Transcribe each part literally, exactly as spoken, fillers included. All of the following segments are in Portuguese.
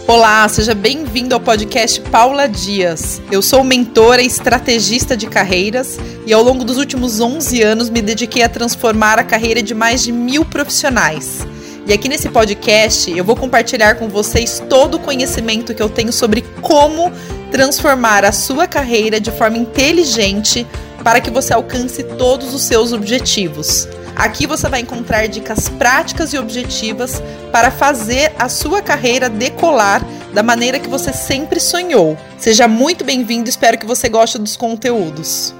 Olá, seja bem-vindo ao podcast Paula Dias. Eu sou mentora e estrategista de carreiras e ao longo dos últimos onze anos me dediquei a transformar a carreira de mais de mil profissionais. E aqui nesse podcast eu vou compartilhar com vocês todo o conhecimento que eu tenho sobre como transformar a sua carreira de forma inteligente para que você alcance todos os seus objetivos. Aqui você vai encontrar dicas práticas e objetivas para fazer a sua carreira decolar da maneira que você sempre sonhou. Seja muito bem-vindo, espero que você goste dos conteúdos.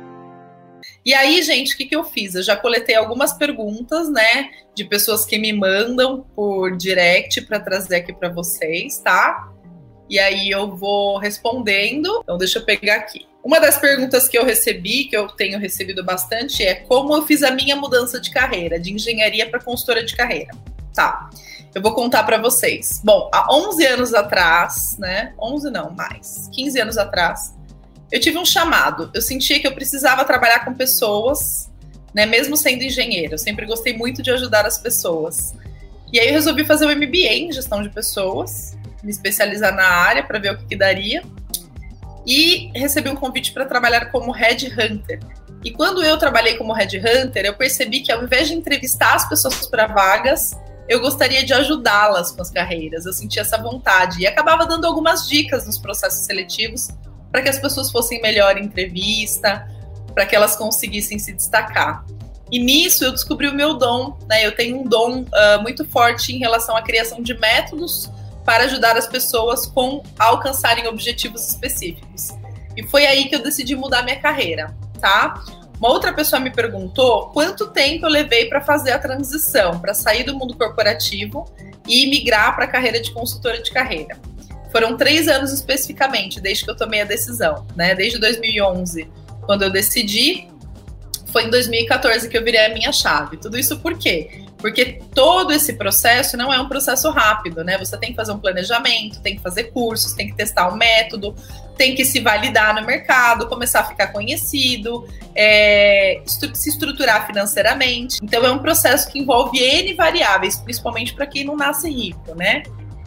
E aí, gente, o que, que eu fiz? Eu já coletei algumas perguntas, né, de pessoas que me mandam por direct para trazer aqui para vocês, tá? E aí eu vou respondendo. Então, deixa eu pegar aqui. Uma das perguntas que eu recebi, que eu tenho recebido bastante, é como eu fiz a minha mudança de carreira, de engenharia para consultora de carreira. Tá, eu vou contar para vocês. Bom, há onze anos atrás, né, onze não, mais, quinze anos atrás, eu tive um chamado. Eu sentia que eu precisava trabalhar com pessoas, né, mesmo sendo engenheiro. Eu sempre gostei muito de ajudar as pessoas. E aí eu resolvi fazer o M B A em gestão de pessoas, me especializar na área para ver o que, que daria. E recebi um convite para trabalhar como headhunter. E quando eu trabalhei como headhunter, eu percebi que ao invés de entrevistar as pessoas para vagas, eu gostaria de ajudá-las com as carreiras. Eu sentia essa vontade e acabava dando algumas dicas nos processos seletivos para que as pessoas fossem melhor em entrevista, para que elas conseguissem se destacar. E nisso eu descobri o meu dom, né? Eu tenho um dom uh, muito forte em relação à criação de métodos para ajudar as pessoas com a alcançarem objetivos específicos. E foi aí que eu decidi mudar minha carreira, tá? Uma outra pessoa me perguntou quanto tempo eu levei para fazer a transição, para sair do mundo corporativo e migrar para a carreira de consultora de carreira. Foram três anos especificamente, desde que eu tomei a decisão, né? Desde dois mil e onze, quando eu decidi, foi em dois mil e catorze que eu virei a minha chave. Tudo isso por quê? Porque todo esse processo não é um processo rápido, né? Você tem que fazer um planejamento, tem que fazer cursos, tem que testar um método, tem que se validar no mercado, começar a ficar conhecido, é, estru- se estruturar financeiramente. Então é um processo que envolve N variáveis, principalmente para quem não nasce rico, né?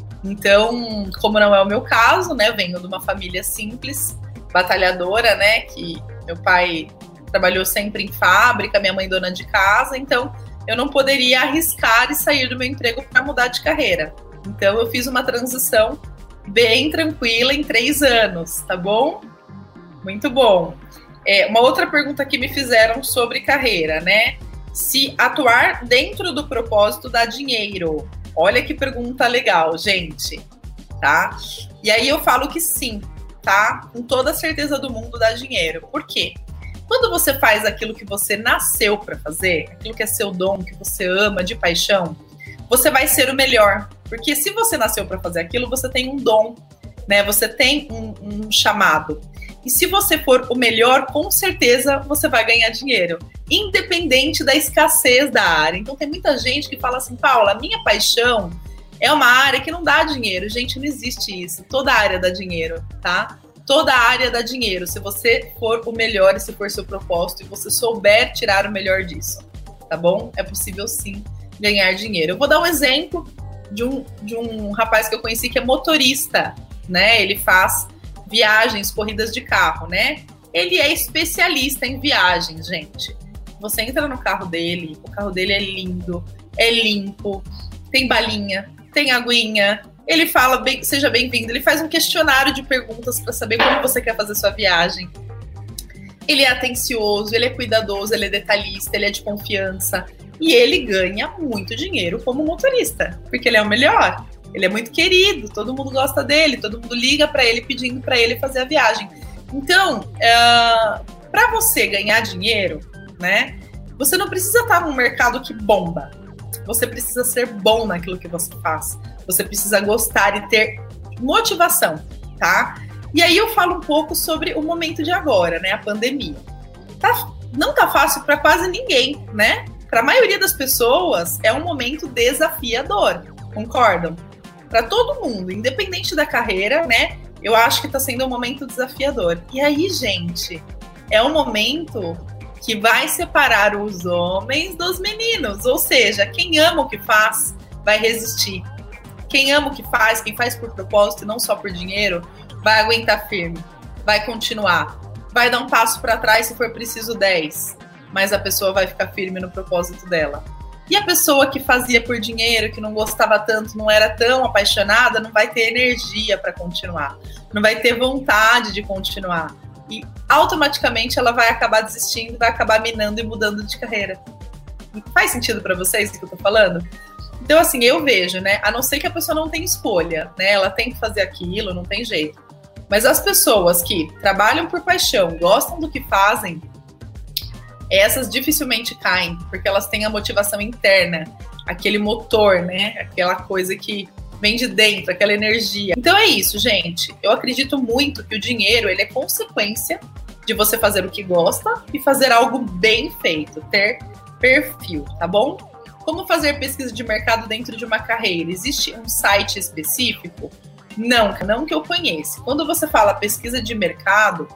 Então, como não é o meu caso, né? Eu venho de uma família simples, batalhadora, né? Que meu pai trabalhou sempre em fábrica, minha mãe dona de casa, então eu não poderia arriscar e sair do meu emprego para mudar de carreira. Então, eu fiz uma transição bem tranquila em três anos, tá bom? Muito bom. É, uma outra pergunta que me fizeram sobre carreira, né? Se atuar dentro do propósito dá dinheiro. Olha que pergunta legal, gente, tá? E aí eu falo que sim, tá? Com toda a certeza do mundo dá dinheiro. Por quê? Quando você faz aquilo que você nasceu para fazer, aquilo que é seu dom, que você ama de paixão, você vai ser o melhor. Porque se você nasceu para fazer aquilo, você tem um dom, né? Você tem um, um chamado. E se você for o melhor, com certeza você vai ganhar dinheiro, independente da escassez da área. Então tem muita gente que fala assim, Paula, a minha paixão é uma área que não dá dinheiro. Gente, não existe isso. Toda área dá dinheiro, tá? Toda área dá dinheiro, se você for o melhor e se for seu propósito e você souber tirar o melhor disso, tá bom? É possível sim ganhar dinheiro. Eu vou dar um exemplo de um, de um rapaz que eu conheci que é motorista, né? Ele faz viagens, corridas de carro, né? Ele é especialista em viagens, gente. Você entra no carro dele, o carro dele é lindo, é limpo, tem balinha, tem aguinha. Ele fala, bem, seja bem-vindo, ele faz um questionário de perguntas para saber como você quer fazer sua viagem. Ele é atencioso, ele é cuidadoso, ele é detalhista, ele é de confiança. E ele ganha muito dinheiro como motorista, porque ele é o melhor. Ele é muito querido, todo mundo gosta dele, todo mundo liga para ele pedindo para ele fazer a viagem. Então, uh, para você ganhar dinheiro, né, você não precisa estar num mercado que bomba. Você precisa ser bom naquilo que você faz. Você precisa gostar e ter motivação, tá? E aí eu falo um pouco sobre o momento de agora, né? A pandemia. Tá, não tá fácil para quase ninguém, né? Para a maioria das pessoas é um momento desafiador, concordam? Para todo mundo, independente da carreira, né? Eu acho que tá sendo um momento desafiador. E aí, gente, é um momento que vai separar os homens dos meninos. Ou seja, quem ama o que faz vai resistir. Quem ama o que faz, quem faz por propósito e não só por dinheiro, vai aguentar firme, vai continuar, vai dar um passo para trás se for preciso dez, mas a pessoa vai ficar firme no propósito dela. E a pessoa que fazia por dinheiro, que não gostava tanto, não era tão apaixonada, não vai ter energia para continuar, não vai ter vontade de continuar. E automaticamente ela vai acabar desistindo, vai acabar minando e mudando de carreira. Faz sentido para vocês o que eu tô falando? Então, assim, eu vejo, né? A não ser que a pessoa não tenha escolha, né? Ela tem que fazer aquilo, não tem jeito. Mas as pessoas que trabalham por paixão, gostam do que fazem, essas dificilmente caem, porque elas têm a motivação interna, aquele motor, né? Aquela coisa que vem de dentro, aquela energia. Então é isso, gente. Eu acredito muito que o dinheiro, ele é consequência de você fazer o que gosta e fazer algo bem feito, ter perfil, tá bom? Como fazer pesquisa de mercado dentro de uma carreira? Existe um site específico? Não, não que eu conheça. Quando você fala pesquisa de mercado,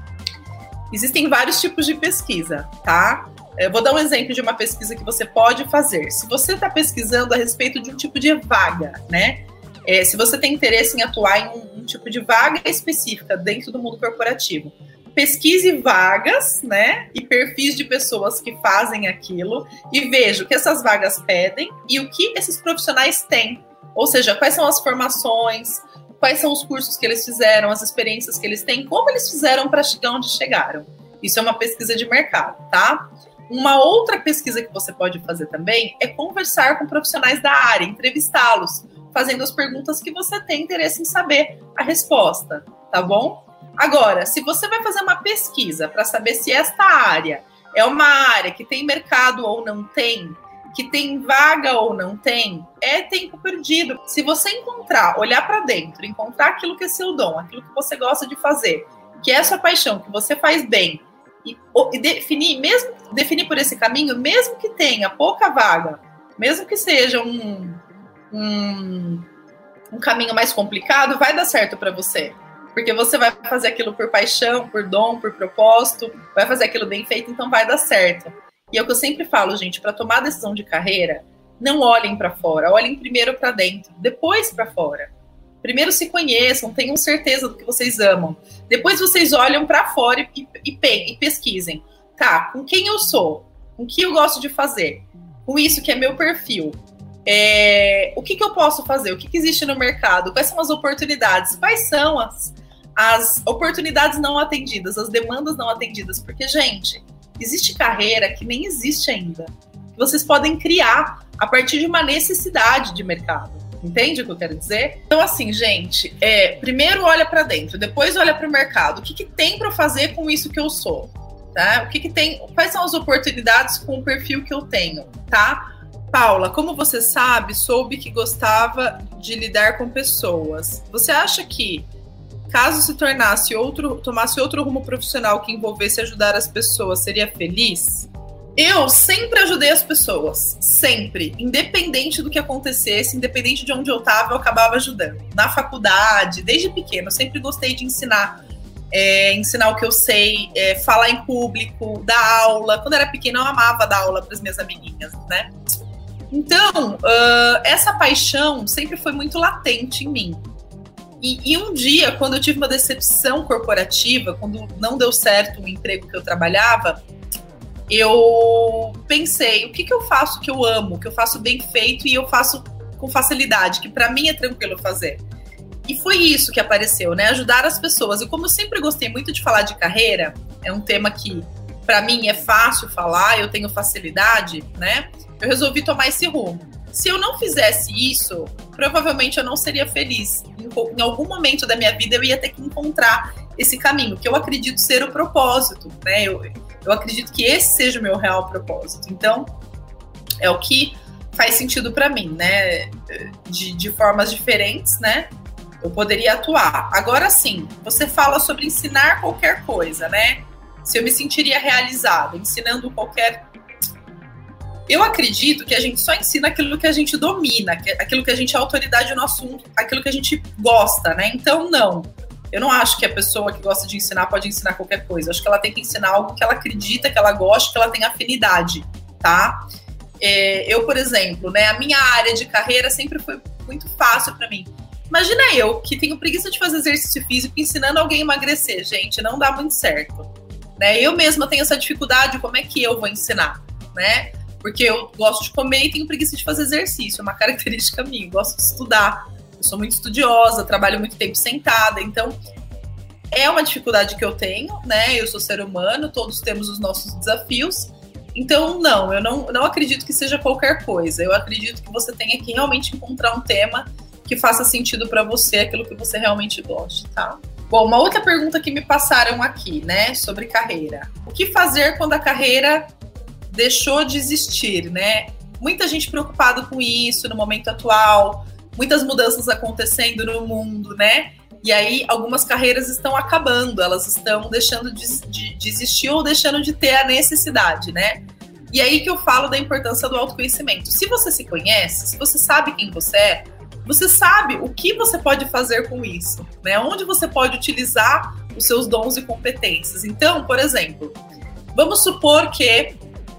existem vários tipos de pesquisa, tá? Eu vou dar um exemplo de uma pesquisa que você pode fazer. Se você está pesquisando a respeito de um tipo de vaga, né? É, se você tem interesse em atuar em um, um tipo de vaga específica dentro do mundo corporativo, pesquise vagas, né? E perfis de pessoas que fazem aquilo e veja o que essas vagas pedem e o que esses profissionais têm. Ou seja, quais são as formações, quais são os cursos que eles fizeram, as experiências que eles têm, como eles fizeram para chegar onde chegaram. Isso é uma pesquisa de mercado, tá? Uma outra pesquisa que você pode fazer também é conversar com profissionais da área, entrevistá-los, fazendo as perguntas que você tem interesse em saber a resposta, tá bom? Agora, se você vai fazer uma pesquisa para saber se esta área é uma área que tem mercado ou não tem, que tem vaga ou não tem, é tempo perdido. Se você encontrar, olhar para dentro, encontrar aquilo que é seu dom, aquilo que você gosta de fazer, que é a sua paixão, que você faz bem, e, e definir, mesmo definir por esse caminho, mesmo que tenha pouca vaga, mesmo que seja um, um, um caminho mais complicado, vai dar certo para você. Porque você vai fazer aquilo por paixão, por dom, por propósito, vai fazer aquilo bem feito, então vai dar certo. E é o que eu sempre falo, gente, para tomar decisão de carreira, não olhem para fora, olhem primeiro para dentro, depois para fora. Primeiro se conheçam, tenham certeza do que vocês amam. Depois vocês olham para fora e, e, e pesquisem. Tá, com quem eu sou? Com o que eu gosto de fazer? Com isso que é meu perfil. É, o que, que eu posso fazer? O que, que existe no mercado? Quais são as oportunidades? Quais são as, as oportunidades não atendidas? As demandas não atendidas? Porque, gente, existe carreira que nem existe ainda. Que vocês podem criar a partir de uma necessidade de mercado. Entende o que eu quero dizer? Então, assim, gente, é, primeiro olha para dentro, depois olha para o mercado. O que, que tem para fazer com isso que eu sou? Tá? O que, que tem? Quais são as oportunidades com o perfil que eu tenho? Tá? Paula, como você sabe, soube que gostava de lidar com pessoas. Você acha que, caso se tornasse outro, tomasse outro rumo profissional que envolvesse ajudar as pessoas, seria feliz? Eu sempre ajudei as pessoas, sempre, independente do que acontecesse, independente de onde eu estava, eu acabava ajudando. Na faculdade, desde pequeno, eu sempre gostei de ensinar, é, ensinar o que eu sei, é, falar em público, dar aula. Quando eu era pequena, eu amava dar aula para as minhas amiguinhas, né? Então, uh, essa paixão sempre foi muito latente em mim. E, e um dia, quando eu tive uma decepção corporativa, quando não deu certo o emprego que eu trabalhava, eu pensei, o que, que eu faço que eu amo, que eu faço bem feito e eu faço com facilidade, que para mim é tranquilo fazer. E foi isso que apareceu, né? Ajudar as pessoas. E como eu sempre gostei muito de falar de carreira, é um tema que para mim é fácil falar, eu tenho facilidade, né? Eu resolvi tomar esse rumo. Se eu não fizesse isso, provavelmente eu não seria feliz. Em, em algum momento da minha vida eu ia ter que encontrar esse caminho, que eu acredito ser o propósito, né? Eu, eu acredito que esse seja o meu real propósito. Então, é o que faz sentido para mim, né? De, de formas diferentes, né? Eu poderia atuar. Agora sim, você fala sobre ensinar qualquer coisa, né? Se eu me sentiria realizada ensinando qualquer... Eu acredito que a gente só ensina aquilo que a gente domina, aquilo que a gente é autoridade no assunto, aquilo que a gente gosta, né? Então, não. Eu não acho que a pessoa que gosta de ensinar pode ensinar qualquer coisa. Eu acho que ela tem que ensinar algo que ela acredita, que ela gosta, que ela tem afinidade, tá? É, eu, por exemplo, né, a minha área de carreira sempre foi muito fácil para mim. Imagina eu, que tenho preguiça de fazer exercício físico, ensinando alguém a emagrecer. Gente, não dá muito certo. Né? Eu mesma tenho essa dificuldade, como é que eu vou ensinar? Né? Porque eu gosto de comer e tenho preguiça de fazer exercício. É uma característica minha. Eu gosto de estudar. Eu sou muito estudiosa, trabalho muito tempo sentada. Então, é uma dificuldade que eu tenho, né? Eu sou ser humano, todos temos os nossos desafios. Então, não, eu não, não acredito que seja qualquer coisa. Eu acredito que você tenha que realmente encontrar um tema que faça sentido para você, aquilo que você realmente gosta, tá? Bom, uma outra pergunta que me passaram aqui, né, sobre carreira. O que fazer quando a carreira deixou de existir, né? Muita gente preocupada com isso no momento atual, muitas mudanças acontecendo no mundo, né? E aí, algumas carreiras estão acabando, elas estão deixando de, de, de existir ou deixando de ter a necessidade, né? E aí que eu falo da importância do autoconhecimento. Se você se conhece, se você sabe quem você é, você sabe o que você pode fazer com isso, né? Onde você pode utilizar os seus dons e competências. Então, por exemplo, vamos supor que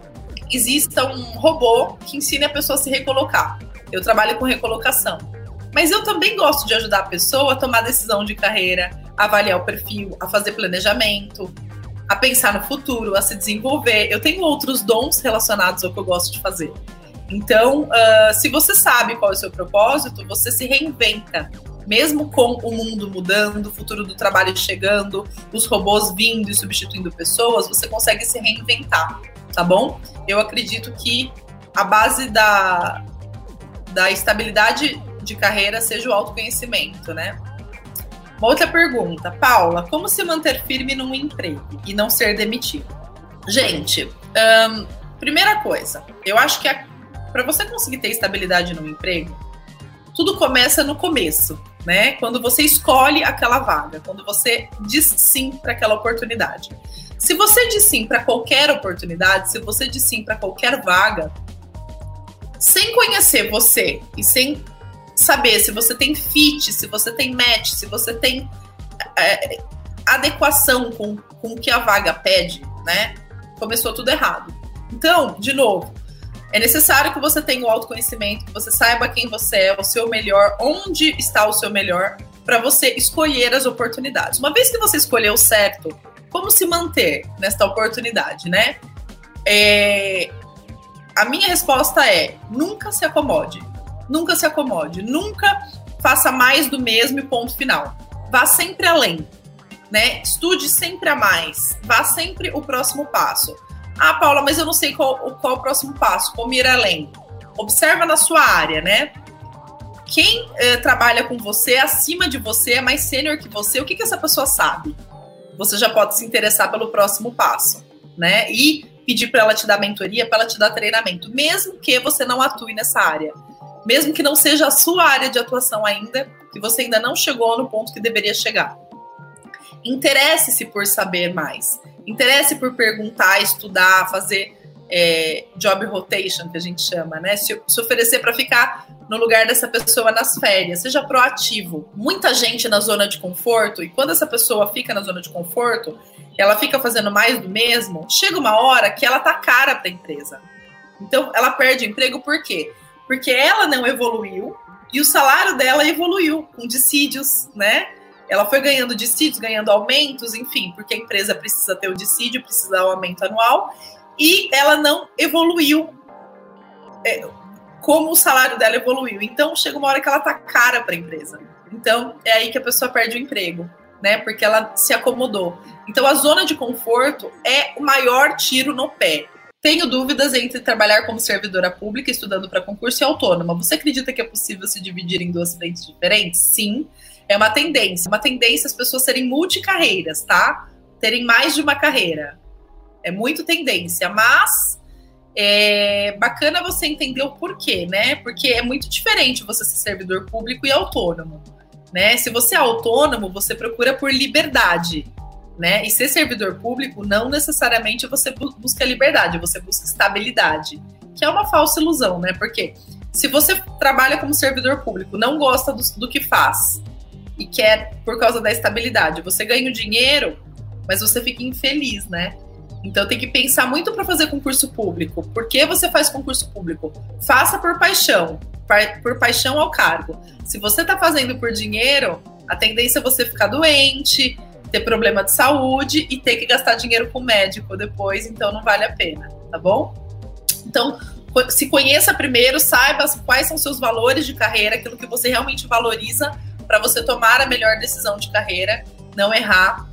exista um robô que ensine a pessoa a se recolocar. Eu trabalho com recolocação. Mas eu também gosto de ajudar a pessoa a tomar decisão de carreira, a avaliar o perfil, a fazer planejamento, a pensar no futuro, a se desenvolver. Eu tenho outros dons relacionados ao que eu gosto de fazer. Então, uh, se você sabe qual é o seu propósito, você se reinventa. Mesmo com o mundo mudando, o futuro do trabalho chegando, os robôs vindo e substituindo pessoas, você consegue se reinventar, tá bom? Eu acredito que a base da, da estabilidade de carreira seja o autoconhecimento, né? Uma outra pergunta. Paula, como se manter firme num emprego e não ser demitido? Gente, um, primeira coisa, eu acho que a para você conseguir ter estabilidade no emprego, tudo começa no começo, né? Quando você escolhe aquela vaga, quando você diz sim para aquela oportunidade. Se você diz sim para qualquer oportunidade, se você diz sim para qualquer vaga, sem conhecer você e sem saber se você tem fit, se você tem match, se você tem é, adequação com, com o que a vaga pede, né? Começou tudo errado. Então, de novo, é necessário que você tenha o autoconhecimento, que você saiba quem você é, o seu melhor, onde está o seu melhor, para você escolher as oportunidades. Uma vez que você escolheu certo, como se manter nesta oportunidade, né? É... A minha resposta é, nunca se acomode. Nunca se acomode. Nunca faça mais do mesmo e ponto final. Vá sempre além, né? Estude sempre a mais. Vá sempre o próximo passo. Ah, Paula, mas eu não sei qual, qual é o próximo passo, como ir além. Observa na sua área, né? Quem eh, trabalha com você, acima de você, é mais sênior que você, o que, que essa pessoa sabe? Você já pode se interessar pelo próximo passo, né? E pedir para ela te dar mentoria, para ela te dar treinamento, mesmo que você não atue nessa área. Mesmo que não seja a sua área de atuação ainda, que você ainda não chegou no ponto que deveria chegar. Interesse-se por saber mais. Interesse por perguntar, estudar, fazer é, job rotation, que a gente chama, né? Se, se oferecer para ficar no lugar dessa pessoa nas férias. Seja proativo. Muita gente na zona de conforto, e quando essa pessoa fica na zona de conforto, ela fica fazendo mais do mesmo, chega uma hora que ela tá cara para a empresa. Então, ela perde emprego por quê? Porque ela não evoluiu e o salário dela evoluiu com dissídios, né? Ela foi ganhando dissídios, ganhando aumentos, enfim, porque a empresa precisa ter o dissídio, precisa dar o aumento anual, e ela não evoluiu é, como o salário dela evoluiu. Então, chega uma hora que ela tá cara para a empresa. Então, é aí que a pessoa perde o emprego, né? Porque ela se acomodou. Então, a zona de conforto é o maior tiro no pé. Tenho dúvidas entre trabalhar como servidora pública, estudando para concurso, e autônoma. Você acredita que é possível se dividir em duas frentes diferentes? Sim. É uma tendência, uma tendência as pessoas serem multicarreiras, tá? Terem mais de uma carreira. É muito tendência, mas é bacana você entender o porquê, né? Porque é muito diferente você ser servidor público e autônomo, né? Se você é autônomo, você procura por liberdade, né? E ser servidor público, não necessariamente você busca liberdade, você busca estabilidade, que é uma falsa ilusão, né? Porque se você trabalha como servidor público, não gosta do, do que faz, e quer por causa da estabilidade, você ganha o dinheiro, mas você fica infeliz, né? Então tem que pensar muito para fazer concurso público. Por que você faz concurso público? Faça por paixão, por paixão ao cargo. Se você está fazendo por dinheiro, a tendência é você ficar doente, ter problema de saúde e ter que gastar dinheiro com médico depois, então não vale a pena, tá bom? Então, se conheça primeiro, saiba quais são seus valores de carreira, aquilo que você realmente valoriza para você tomar a melhor decisão de carreira, não errar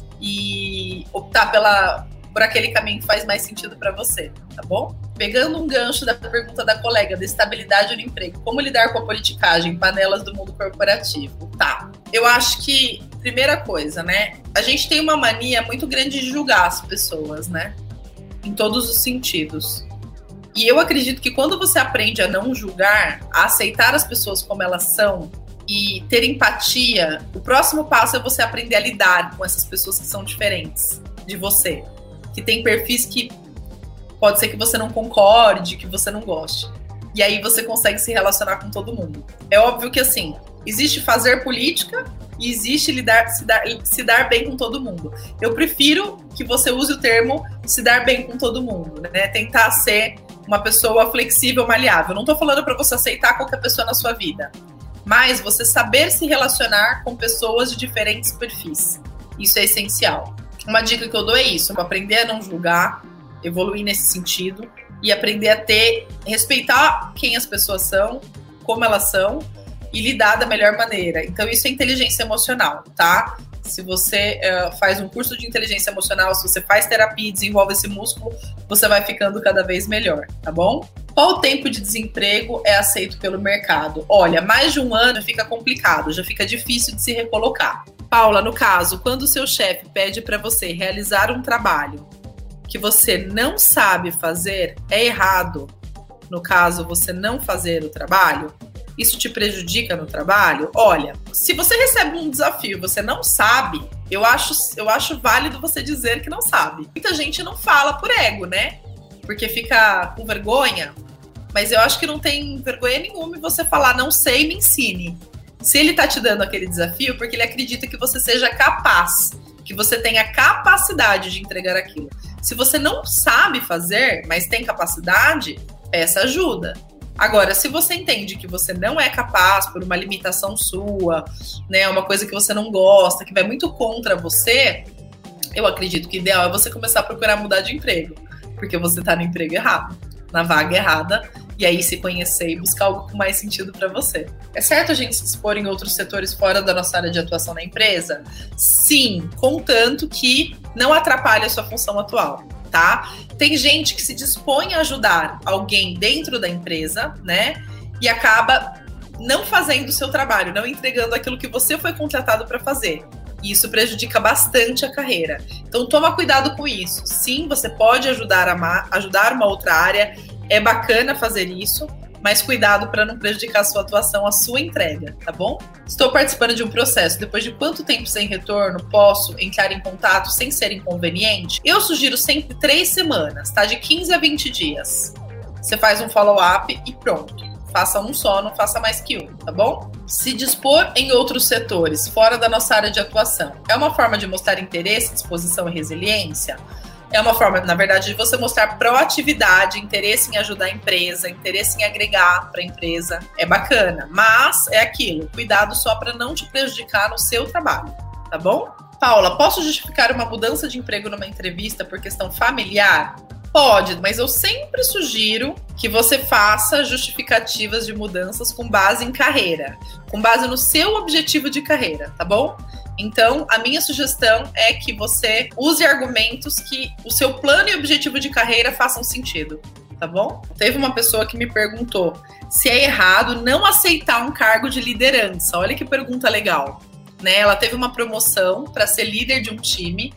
e optar pela, por aquele caminho que faz mais sentido para você, tá bom? Pegando um gancho da pergunta da colega da estabilidade no emprego, como lidar com a politicagem, panelas do mundo corporativo? Tá, eu acho que, primeira coisa, né, a gente tem uma mania muito grande de julgar as pessoas, né, em todos os sentidos. E eu acredito que quando você aprende a não julgar, a aceitar as pessoas como elas são e ter empatia, o próximo passo é você aprender a lidar com essas pessoas que são diferentes de você, que tem perfis que pode ser que você não concorde, que você não goste. E aí você consegue se relacionar com todo mundo. É óbvio que, assim, existe fazer política e existe lidar, se, dar, se dar bem com todo mundo. Eu prefiro que você use o termo se dar bem com todo mundo, né? Tentar ser uma pessoa flexível, maleável. Não estou falando para você aceitar qualquer pessoa na sua vida, mas você saber se relacionar com pessoas de diferentes perfis. Isso é essencial. Uma dica que eu dou é isso, aprender a não julgar, evoluir nesse sentido e aprender a ter, respeitar quem as pessoas são, como elas são e lidar da melhor maneira. Então isso é inteligência emocional, tá? Se você uh, faz um curso de inteligência emocional, se você faz terapia e desenvolve esse músculo, você vai ficando cada vez melhor, tá bom? Qual o tempo de desemprego é aceito pelo mercado? Olha, mais de um ano fica complicado, já fica difícil de se recolocar. Paula, no caso, quando o seu chefe pede para você realizar um trabalho que você não sabe fazer, é errado. No caso, você não fazer o trabalho, isso te prejudica no trabalho? Olha, se você recebe um desafio e você não sabe, eu acho, eu acho válido você dizer que não sabe. Muita gente não fala por ego, né? Porque fica com vergonha, mas eu acho que não tem vergonha nenhuma em você falar não sei, me ensine. Se ele tá te dando aquele desafio, porque ele acredita que você seja capaz, que você tenha capacidade de entregar aquilo. Se você não sabe fazer, mas tem capacidade, peça ajuda. Agora, se você entende que você não é capaz por uma limitação sua, né, uma coisa que você não gosta, que vai muito contra você, eu acredito que o ideal é você começar a procurar mudar de emprego, porque você tá no emprego errado, na vaga errada, e aí se conhecer e buscar algo com mais sentido para você. É certo a gente se expor em outros setores fora da nossa área de atuação na empresa? Sim, contanto que não atrapalhe a sua função atual, tá? Tem gente que se dispõe a ajudar alguém dentro da empresa, né? E acaba não fazendo o seu trabalho, não entregando aquilo que você foi contratado para fazer. E isso prejudica bastante a carreira. Então, toma cuidado com isso. Sim, você pode ajudar, a ajudar uma outra área, é bacana fazer isso, mas cuidado para não prejudicar a sua atuação, a sua entrega, tá bom? Estou participando de um processo. Depois de quanto tempo sem retorno posso entrar em contato sem ser inconveniente? Eu sugiro sempre três semanas, tá? De quinze a vinte dias. Você faz um follow-up e pronto. Faça um só, não faça mais que um, tá bom? Se dispor em outros setores, fora da nossa área de atuação, é uma forma de mostrar interesse, disposição e resiliência? É uma forma, na verdade, de você mostrar proatividade, interesse em ajudar a empresa, interesse em agregar para a empresa. É bacana, mas é aquilo, cuidado só para não te prejudicar no seu trabalho, tá bom? Paula, posso justificar uma mudança de emprego numa entrevista por questão familiar? Pode, mas eu sempre sugiro que você faça justificativas de mudanças com base em carreira, com base no seu objetivo de carreira, tá bom? Então, a minha sugestão é que você use argumentos que o seu plano e objetivo de carreira façam sentido, tá bom? Teve uma pessoa que me perguntou se é errado não aceitar um cargo de liderança. Olha que pergunta legal, né? Ela teve uma promoção para ser líder de um time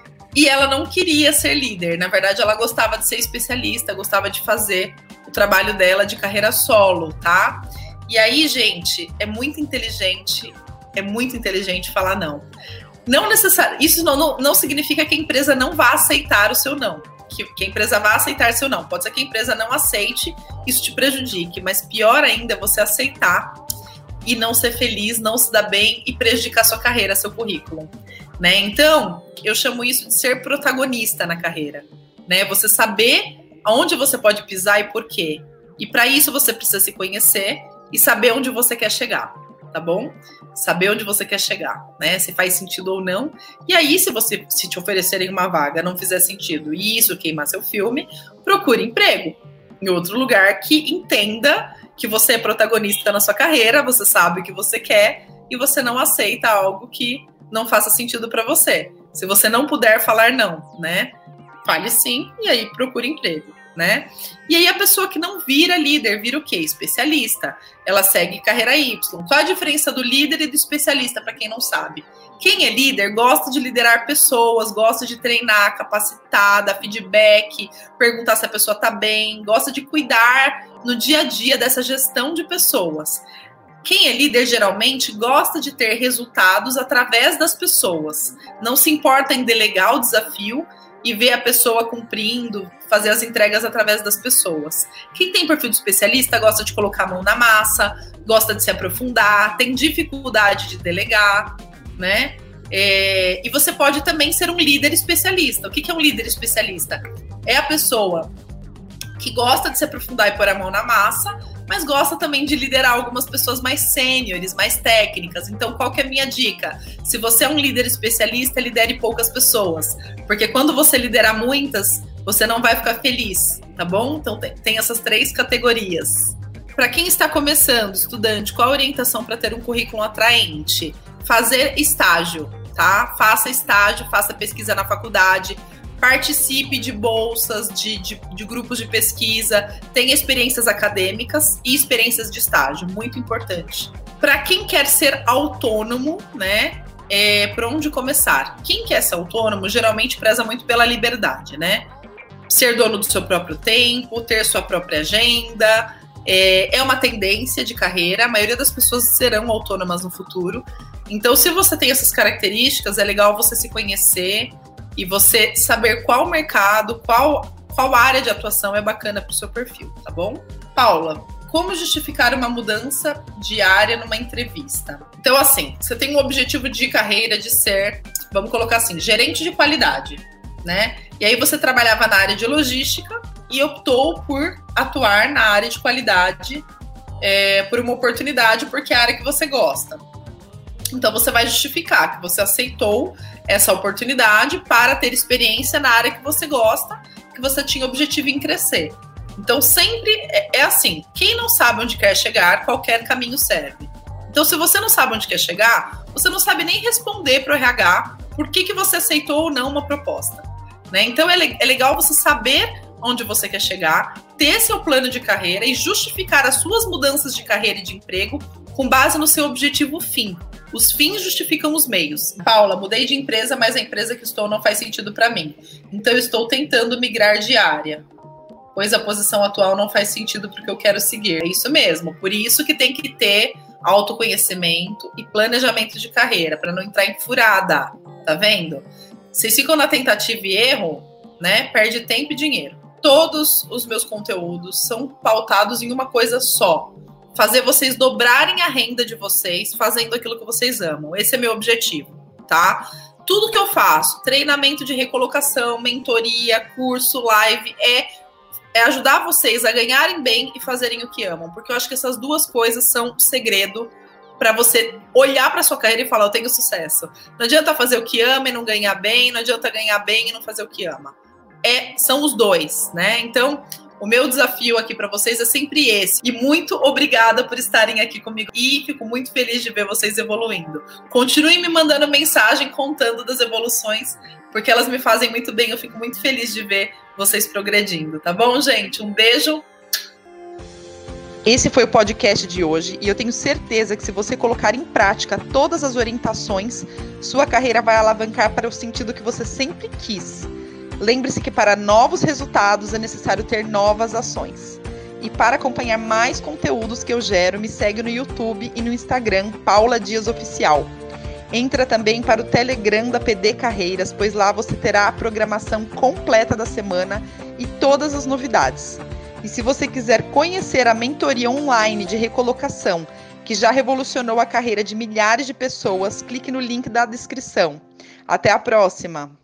e ela não queria ser líder. Na verdade, ela gostava de ser especialista, gostava de fazer o trabalho dela de carreira solo, tá? E aí, gente, é muito inteligente... É muito inteligente falar não. Não necessário, isso não, não, não significa que a empresa não vá aceitar o seu não. Que, que a empresa vá aceitar seu não. Pode ser que a empresa não aceite, isso te prejudique. Mas pior ainda é você aceitar e não ser feliz, não se dar bem e prejudicar sua carreira, seu currículo. Né? Então, eu chamo isso de ser protagonista na carreira. Né? Você saber aonde você pode pisar e por quê. E para isso você precisa se conhecer e saber onde você quer chegar, tá bom? Saber onde você quer chegar, né? Se faz sentido ou não. E aí, se você se te oferecerem uma vaga, não fizer sentido e isso queimar seu filme, procure emprego em outro lugar que entenda que você é protagonista na sua carreira, você sabe o que você quer e você não aceita algo que não faça sentido para você. Se você não puder falar não, né? Fale sim e aí procure emprego, né? E aí a pessoa que não vira líder, vira o quê? Especialista. Ela segue carreira Y. Qual a diferença do líder e do especialista, para quem não sabe? Quem é líder gosta de liderar pessoas, gosta de treinar, capacitar, dar feedback, perguntar se a pessoa está bem, gosta de cuidar no dia a dia dessa gestão de pessoas. Quem é líder geralmente gosta de ter resultados através das pessoas. Não se importa em delegar o desafio e ver a pessoa cumprindo, fazer as entregas através das pessoas. Quem tem perfil de especialista gosta de colocar a mão na massa, gosta de se aprofundar, tem dificuldade de delegar, né? É, e você pode também ser um líder especialista. O que é um líder especialista? É a pessoa que gosta de se aprofundar e pôr a mão na massa, mas gosta também de liderar algumas pessoas mais sêniores, mais técnicas. Então, qual que é a minha dica? Se você é um líder especialista, lidere poucas pessoas. Porque quando você liderar muitas, você não vai ficar feliz, tá bom? Então, tem, tem essas três categorias. Para quem está começando, estudante, qual a orientação para ter um currículo atraente? Fazer estágio, tá? Faça estágio, faça pesquisa na faculdade, participe de bolsas, de, de, de grupos de pesquisa, tenha experiências acadêmicas e experiências de estágio, muito importante. Para quem quer ser autônomo, né, é, por onde começar? Quem quer ser autônomo geralmente preza muito pela liberdade, né? Ser dono do seu próprio tempo, ter sua própria agenda, é, é uma tendência de carreira, a maioria das pessoas serão autônomas no futuro. Então, se você tem essas características, é legal você se conhecer e você saber qual mercado, qual, qual área de atuação é bacana para o seu perfil, tá bom? Paula, como justificar uma mudança de área numa entrevista? Então, assim, você tem um objetivo de carreira de ser, vamos colocar assim, gerente de qualidade, né? E aí você trabalhava na área de logística e optou por atuar na área de qualidade é, por uma oportunidade, porque é a área que você gosta. Então, você vai justificar que você aceitou essa oportunidade para ter experiência na área que você gosta, que você tinha objetivo em crescer. Então, sempre é, é assim, quem não sabe onde quer chegar, qualquer caminho serve. Então, se você não sabe onde quer chegar, você não sabe nem responder para o R H por que, que você aceitou ou não uma proposta, né? Então, é, le- é legal você saber onde você quer chegar, ter seu plano de carreira e justificar as suas mudanças de carreira e de emprego com base no seu objetivo fim. Os fins justificam os meios. Paula, mudei de empresa, mas a empresa que estou não faz sentido para mim. Então, eu estou tentando migrar de área, pois a posição atual não faz sentido para o que eu quero seguir. É isso mesmo. Por isso que tem que ter autoconhecimento e planejamento de carreira, para não entrar em furada. Tá vendo? Vocês ficam na tentativa e erro, né? Perde tempo e dinheiro. Todos os meus conteúdos são pautados em uma coisa só. Fazer vocês dobrarem a renda de vocês fazendo aquilo que vocês amam. Esse é meu objetivo, tá? Tudo que eu faço, treinamento de recolocação, mentoria, curso, live, é, é ajudar vocês a ganharem bem e fazerem o que amam. Porque eu acho que essas duas coisas são o segredo para você olhar para sua carreira e falar, eu tenho sucesso. Não adianta fazer o que ama e não ganhar bem, não adianta ganhar bem e não fazer o que ama. É, são os dois, né? Então, o meu desafio aqui para vocês é sempre esse. E muito obrigada por estarem aqui comigo. E fico muito feliz de ver vocês evoluindo. Continuem me mandando mensagem contando das evoluções, porque elas me fazem muito bem. Eu fico muito feliz de ver vocês progredindo, tá bom, gente? Um beijo. Esse foi o podcast de hoje e eu tenho certeza que se você colocar em prática todas as orientações, sua carreira vai alavancar para o sentido que você sempre quis. Lembre-se que para novos resultados é necessário ter novas ações. E para acompanhar mais conteúdos que eu gero, me segue no YouTube e no Instagram, Paula Dias Oficial. Entra também para o Telegram da P D Carreiras, pois lá você terá a programação completa da semana e todas as novidades. E se você quiser conhecer a mentoria online de recolocação, que já revolucionou a carreira de milhares de pessoas, clique no link da descrição. Até a próxima!